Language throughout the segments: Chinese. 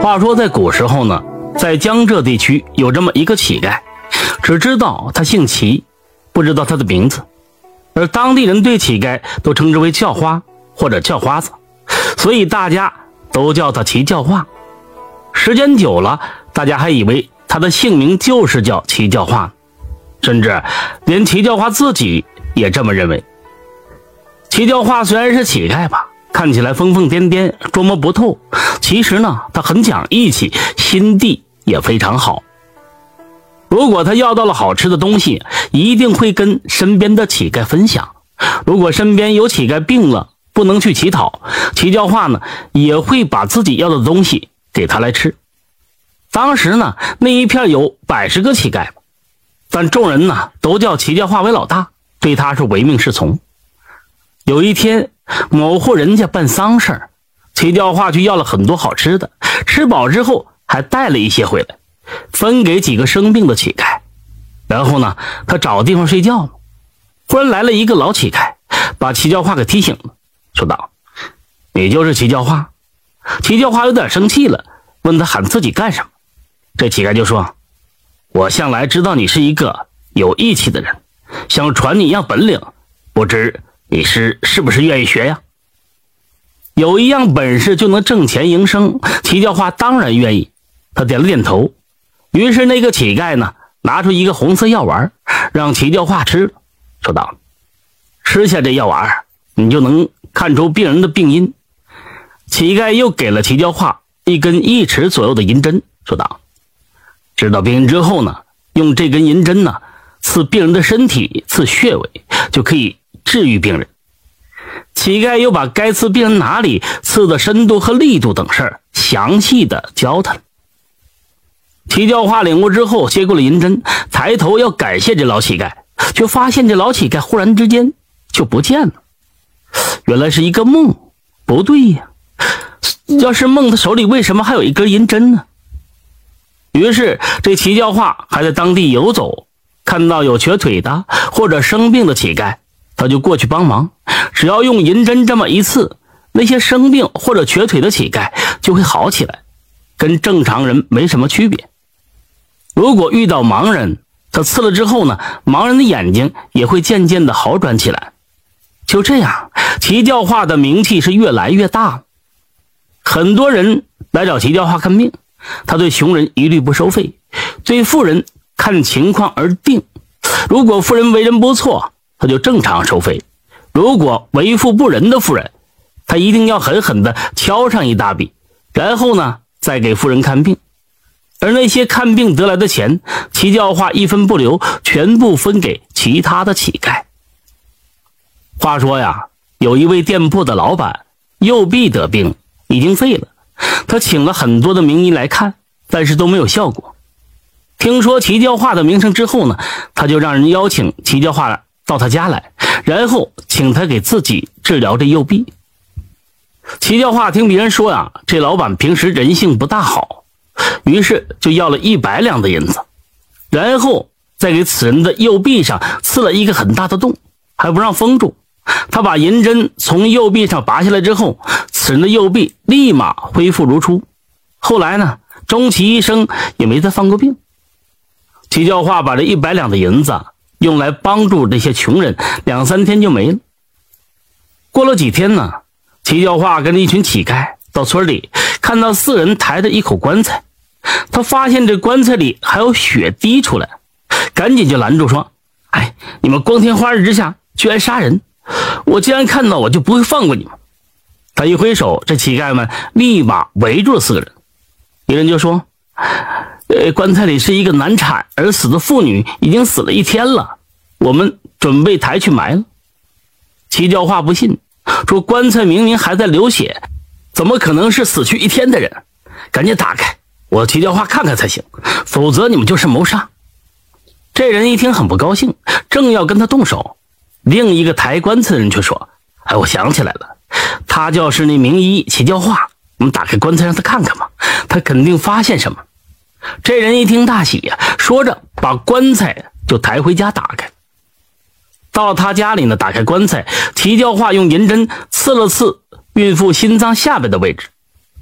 话说在古时候呢，在江浙地区有这么一个乞丐，只知道他姓齐，不知道他的名字，而当地人对乞丐都称之为叫花或者叫花子，所以大家都叫他齐叫花。时间久了，大家还以为他的姓名就是叫齐叫花，甚至连齐叫花自己也这么认为。齐叫花虽然是乞丐吧，看起来疯疯癫癫，捉摸不透，其实呢他很讲义气，心地也非常好。如果他要到了好吃的东西，一定会跟身边的乞丐分享。如果身边有乞丐病了不能去乞讨，齐叫花呢也会把自己要的东西给他来吃。当时呢那一片有100个乞丐，但众人呢都叫齐叫花为老大，对他是唯命是从。有一天某户人家办丧事，齐叫花去要了很多好吃的，吃饱之后还带了一些回来，分给几个生病的乞丐。然后呢他找地方睡觉了，忽然来了一个老乞丐，把齐叫花给踢醒了，说道：你就是齐叫花？齐叫花有点生气了，问他喊自己干什么。这乞丐就说：我向来知道你是一个有义气的人，想传你一样本领，不知你是不是愿意学呀？有一样本事就能挣钱营生，齐叫花当然愿意。他点了点头。于是那个乞丐呢拿出一个红色药丸，让齐叫花吃了，说道：吃下这药丸，你就能看出病人的病因。乞丐又给了齐叫花一根1尺左右的银针，说道：知道病因之后呢，用这根银针呢刺病人的身体，刺穴位，就可以治愈病人。乞丐又把该刺病人哪里、刺的深度和力度等事儿详细的教他了。齐叫花领悟之后，接过了银针，抬头要感谢这老乞丐，却发现这老乞丐忽然之间就不见了。原来是一个梦。不对呀，要是梦，他手里为什么还有一根银针呢？于是这齐叫花还在当地游走，看到有瘸腿的或者生病的乞丐，他就过去帮忙。只要用银针这么一刺，那些生病或者瘸腿的乞丐就会好起来，跟正常人没什么区别。如果遇到盲人，他刺了之后呢，盲人的眼睛也会渐渐的好转起来。就这样，齐叫花的名气是越来越大了。很多人来找齐叫花看病，他对穷人一律不收费，对富人看情况而定。如果富人为人不错，他就正常收费；如果为富不仁的富人，他一定要狠狠地敲上一大笔，然后呢再给富人看病。而那些看病得来的钱，齐叫花一分不留，全部分给其他的乞丐。话说呀，有一位店铺的老板右臂得病，已经废了，他请了很多的名医来看，但是都没有效果。听说齐叫花的名声之后呢，他就让人邀请齐叫花到他家来，然后请他给自己治疗这右臂。齐叫花听别人说呀，这老板平时人性不大好，于是就要了100两的银子，然后再给此人的右臂上刺了一个很大的洞，还不让封住。他把银针从右臂上拔下来之后，此人的右臂立马恢复如初。后来呢，终其一生也没再犯过病。齐叫花把这100两的银子用来帮助这些穷人，2、3天就没了。过了几天呢，齐叫花跟着一群乞丐到村里，看到4人抬着一口棺材，他发现这棺材里还有血滴出来，赶紧就拦住说：你们光天化日之下居然杀人，我既然看到我就不会放过你们。他一挥手，这乞丐们立马围住了4个人。一人就说：棺材里是一个难产而死的妇女，已经死了1天了，我们准备抬去埋了。齐叫花不信，说棺材明明还在流血，怎么可能是死去1天的人？赶紧打开，我齐叫花看看才行，否则你们就是谋杀。这人一听很不高兴，正要跟他动手，另一个抬棺材的人却说：我想起来了，他就是那名医齐叫花，我们打开棺材让他看看吧，他肯定发现什么。这人一听大喜呀，说着把棺材就抬回家打开。到了他家里呢，打开棺材，齐叫花用银针刺了刺孕妇心脏下边的位置，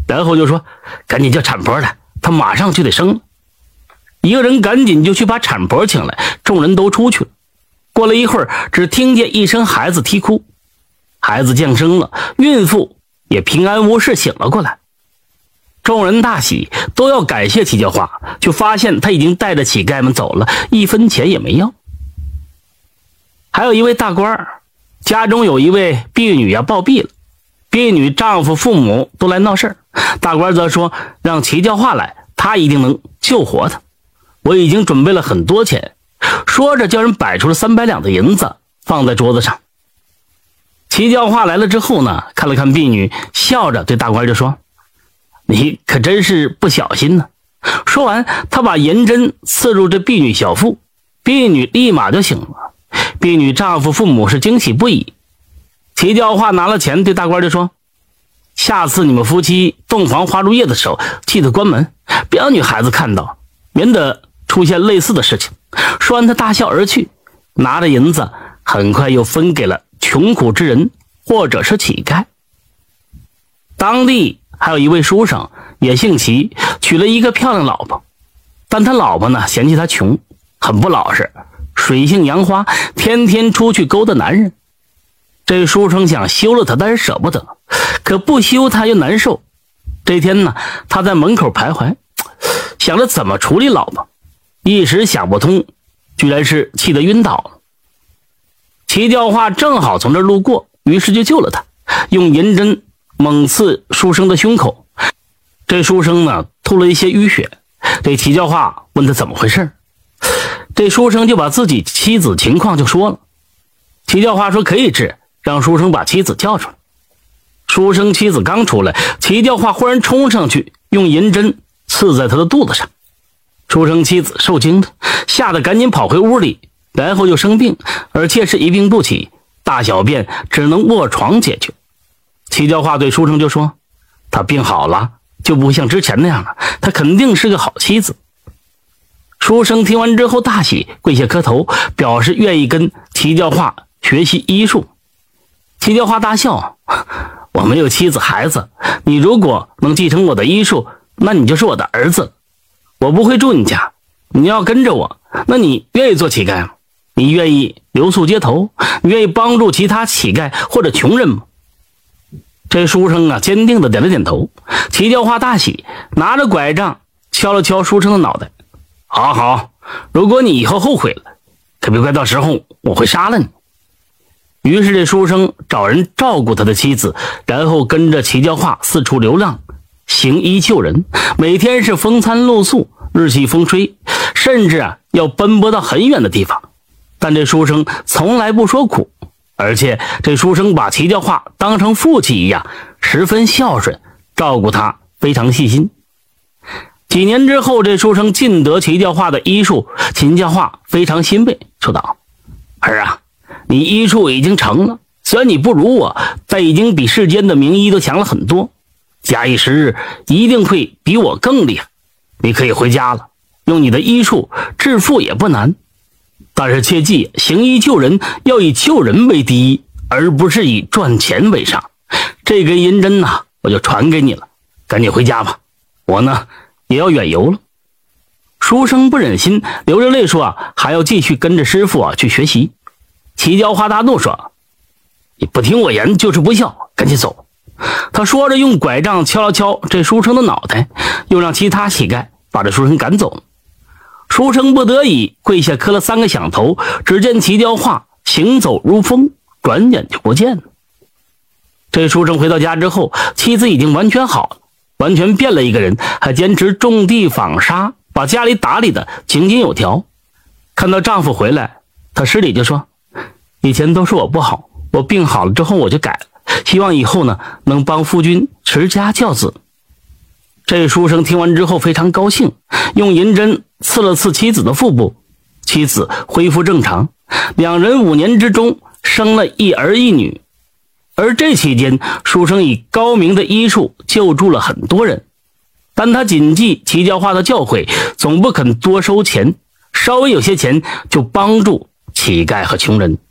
然后就说赶紧叫产婆来，她马上就得生了。一个人赶紧就去把产婆请来，众人都出去了。过了一会儿，只听见一声孩子啼哭，孩子降生了，孕妇也平安无事醒了过来。众人大喜，都要感谢齐教化，却发现他已经带着乞丐们走了，一分钱也没要。还有一位大官，家中有一位婢女暴毙了，婢女丈夫父母都来闹事，大官则说让齐教化来，他一定能救活他，我已经准备了很多钱。说着叫人摆出了300两的银子放在桌子上。齐教化来了之后呢，看了看婢女，笑着对大官就说，你可真是不小心呢。说完，他把银针刺入这婢女小腹，婢女立马就醒了。婢女丈夫父母是惊喜不已。齐教化拿了钱对大官就说，下次你们夫妻洞房花烛夜的时候，记得关门，别让女孩子看到，免得出现类似的事情。说完他大笑而去，拿着银子很快又分给了穷苦之人或者是乞丐。当地还有一位书生也姓齐，娶了一个漂亮老婆，但他老婆呢嫌弃他穷，很不老实，水性杨花，天天出去勾搭男人。这书生想休了他，但是舍不得，可不休他又难受。这天呢，他在门口徘徊，想着怎么处理老婆，一时想不通，居然是气得晕倒了。齐教化正好从这路过，于是就救了他，用银针猛刺书生的胸口。这书生呢吐了一些淤血，这齐教化问他怎么回事，这书生就把自己妻子情况就说了。齐教化说可以治，让书生把妻子叫出来。书生妻子刚出来，齐教化忽然冲上去，用银针刺在他的肚子上。书生妻子受惊了，吓得赶紧跑回屋里，然后又生病，而且是一病不起，大小便只能卧床解决。齐教化对书生就说，他病好了就不会像之前那样了，他肯定是个好妻子。书生听完之后大喜，跪下磕头，表示愿意跟齐教化学习医术。齐教化大笑，我没有妻子孩子，你如果能继承我的医术，那你就是我的儿子，我不会住你家，你要跟着我，那你愿意做乞丐吗？你愿意留宿街头？你愿意帮助其他乞丐或者穷人吗？这书生坚定地点了点头。齐教化大喜，拿着拐杖敲了敲书生的脑袋，好好，如果你以后后悔了，可别怪到时候我会杀了你。于是这书生找人照顾他的妻子，然后跟着齐教化四处流浪，行医救人，每天是风餐露宿，日系风吹，甚至要奔波到很远的地方。但这书生从来不说苦，而且这书生把齐教化当成父亲一样，十分孝顺，照顾他非常细心。几年之后，这书生尽得齐教化的医术，齐教化非常欣慰，说道，儿啊，你医术已经成了，虽然你不如我，但已经比世间的名医都强了很多，假以时日一定会比我更厉害，你可以回家了，用你的医术致富也不难，但是切记行医救人要以救人为第一，而不是以赚钱为上。这根银针我就传给你了，赶紧回家吧，我呢也要远游了。书生不忍心，流着泪说还要继续跟着师傅去学习。齐教化大怒说，你不听我言就是不孝，赶紧走。他说着用拐杖敲了敲这书生的脑袋，又让其他乞丐把这书生赶走了。书生不得已跪下磕了3个响头，只见齐教化行走如风，转眼就不见了。这书生回到家之后，妻子已经完全好了，完全变了一个人，还坚持种地纺纱，把家里打理得井井有条。看到丈夫回来，她施礼就说，以前都是我不好，我病好了之后我就改了，希望以后呢能帮夫君持家教子。这书生听完之后非常高兴，用银针刺了刺妻子的腹部，妻子恢复正常，两人5年之中生了一儿一女。而这期间，书生以高明的医术救助了很多人，但他谨记齐教化的教诲，总不肯多收钱，稍微有些钱就帮助乞丐和穷人。